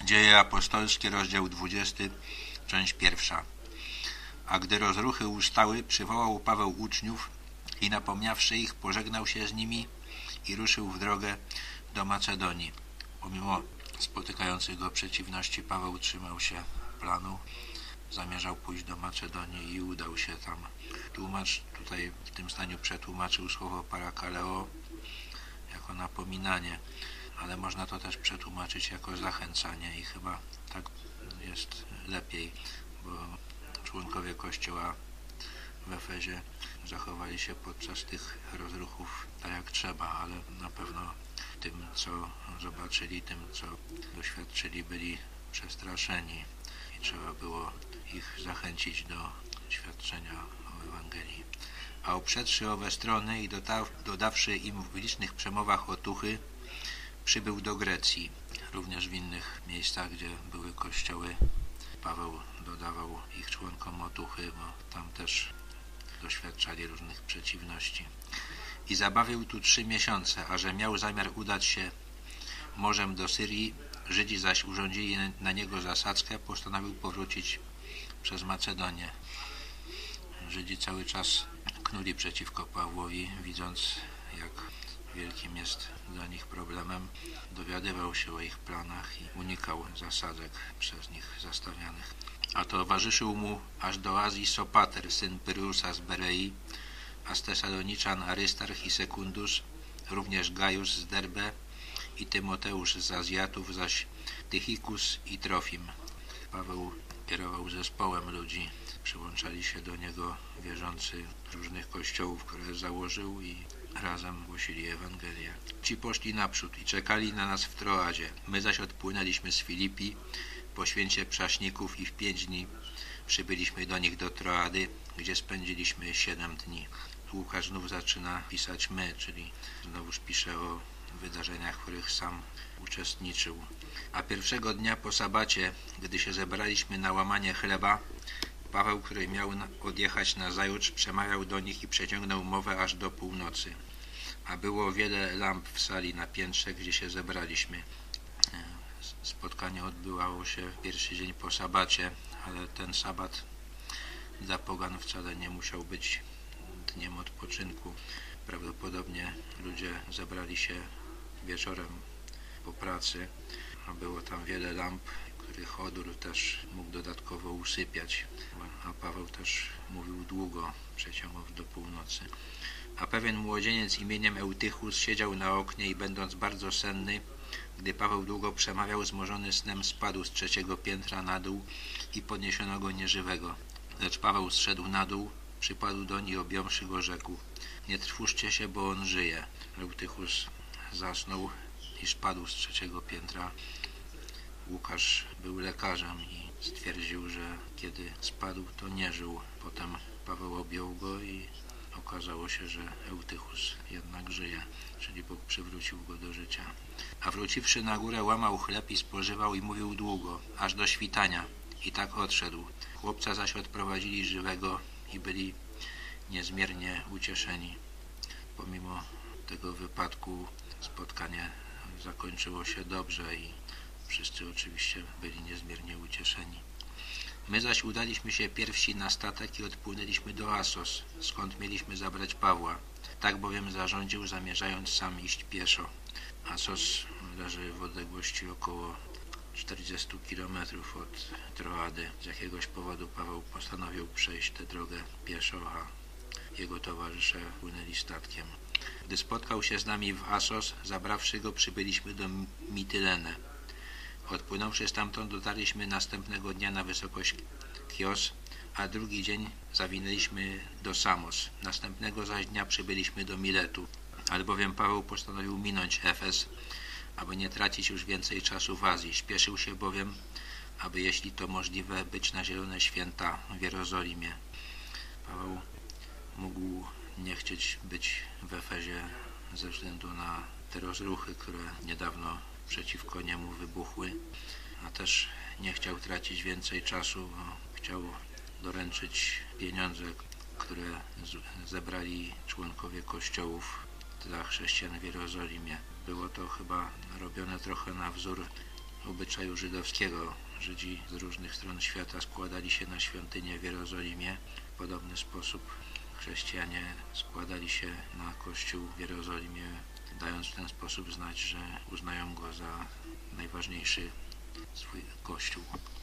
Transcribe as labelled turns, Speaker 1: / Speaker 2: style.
Speaker 1: Dzieje apostolskie, rozdział 20, część 1. A gdy rozruchy ustały, przywołał Paweł uczniów i napomniawszy ich, pożegnał się z nimi i ruszył w drogę do Macedonii. Pomimo spotykających go przeciwności, Paweł trzymał się planu. Zamierzał pójść do Macedonii i udał się tam. Tłumacz tutaj w tym zdaniu przetłumaczył słowo parakaleo jako napominanie, ale można to też przetłumaczyć jako zachęcanie i chyba tak jest lepiej, bo członkowie Kościoła w Efezie zachowali się podczas tych rozruchów tak jak trzeba, ale na pewno tym, co zobaczyli, tym, co doświadczyli, byli przestraszeni i trzeba było ich zachęcić do świadczenia o Ewangelii. A oprzedłszy owe strony i dodawszy im w licznych przemowach otuchy, przybył do Grecji. Również w innych miejscach, gdzie były kościoły, Paweł dodawał ich członkom otuchy, bo tam też doświadczali różnych przeciwności. I zabawił tu 3 miesiące, a że miał zamiar udać się morzem do Syrii, Żydzi zaś urządzili na niego zasadzkę, postanowił powrócić przez Macedonię. Żydzi cały czas knuli przeciwko Pawłowi, widząc, jak wielkim jest dla nich problemem. Dowiadywał się o ich planach i unikał zasadzek przez nich zastawianych. A towarzyszył mu aż do Azji Sopater, syn Pyrrusa z Berei, a z Tesaloniczan Arystarch i Sekundus, również Gajus z Derbe i Tymoteusz z Azjatów, zaś Tychikus i Trofim. Paweł kierował zespołem ludzi. Przyłączali się do niego wierzący z różnych kościołów, które założył i razem głosili Ewangelię. Ci poszli naprzód i czekali na nas w Troadzie. My zaś odpłynęliśmy z Filipi po święcie Przaśników i w 5 dni przybyliśmy do nich do Troady, gdzie spędziliśmy 7 dni. Łukasz znów zaczyna pisać my, czyli znowuż pisze o wydarzeniach, w których sam uczestniczył. A pierwszego dnia po sabacie, gdy się zebraliśmy na łamanie chleba, Paweł, który miał odjechać nazajutrz, przemawiał do nich i przeciągnął mowę aż do północy. A było wiele lamp w sali na piętrze, gdzie się zebraliśmy. Spotkanie odbywało się w pierwszy dzień po sabacie, ale ten sabat dla pogan wcale nie musiał być dniem odpoczynku. Prawdopodobnie ludzie zebrali się wieczorem po pracy, a było tam wiele lamp, których odór też mógł dodatkowo usypiać, a Paweł też mówił długo, przeciągał do północy. A pewien młodzieniec imieniem Eutychus siedział na oknie i będąc bardzo senny, gdy Paweł długo przemawiał, zmorzony snem spadł z 3. piętra na dół i podniesiono go nieżywego. Lecz Paweł zszedł na dół, przypadł doń i objąwszy go rzekł: nie trwóżcie się, bo on żyje. Eutychus zasnął i spadł z 3. piętra. Łukasz był lekarzem i stwierdził, że kiedy spadł, to nie żył. Potem Paweł objął go i okazało się, że Eutychus jednak żyje, czyli Bóg przywrócił go do życia. A wróciwszy na górę, łamał chleb i spożywał i mówił długo, aż do świtania. I tak odszedł. Chłopca zaś odprowadzili żywego i byli niezmiernie ucieszeni. Pomimo tego wypadku spotkanie zakończyło się dobrze i wszyscy oczywiście byli niezmiernie ucieszeni. My zaś udaliśmy się pierwsi na statek i odpłynęliśmy do Assos, skąd mieliśmy zabrać Pawła. Tak bowiem zarządził, zamierzając sam iść pieszo. Assos leży w odległości około 40 km od Troady. Z jakiegoś powodu Paweł postanowił przejść tę drogę pieszo, a jego towarzysze płynęli statkiem. Gdy spotkał się z nami w Assos, zabrawszy go, przybyliśmy do Mitylenę. Odpłynąwszy stamtąd, dotarliśmy następnego dnia na wysokość Chios, a drugi dzień zawinęliśmy do Samos. Następnego zaś dnia przybyliśmy do Miletu, albowiem Paweł postanowił minąć Efes, aby nie tracić już więcej czasu w Azji. Śpieszył się bowiem, aby jeśli to możliwe, być na Zielone Święta w Jerozolimie. Paweł mógł nie chcieć być w Efezie ze względu na te rozruchy, które niedawno przeciwko niemu wybuchły, a też nie chciał tracić więcej czasu, bo chciał doręczyć pieniądze, które zebrali członkowie kościołów dla chrześcijan w Jerozolimie. Było to chyba robione trochę na wzór obyczaju żydowskiego. Żydzi z różnych stron świata składali się na świątynię w Jerozolimie. W podobny sposób chrześcijanie składali się na Kościół w Jerozolimie, dając w ten sposób znać, że uznają go za najważniejszy swój Kościół.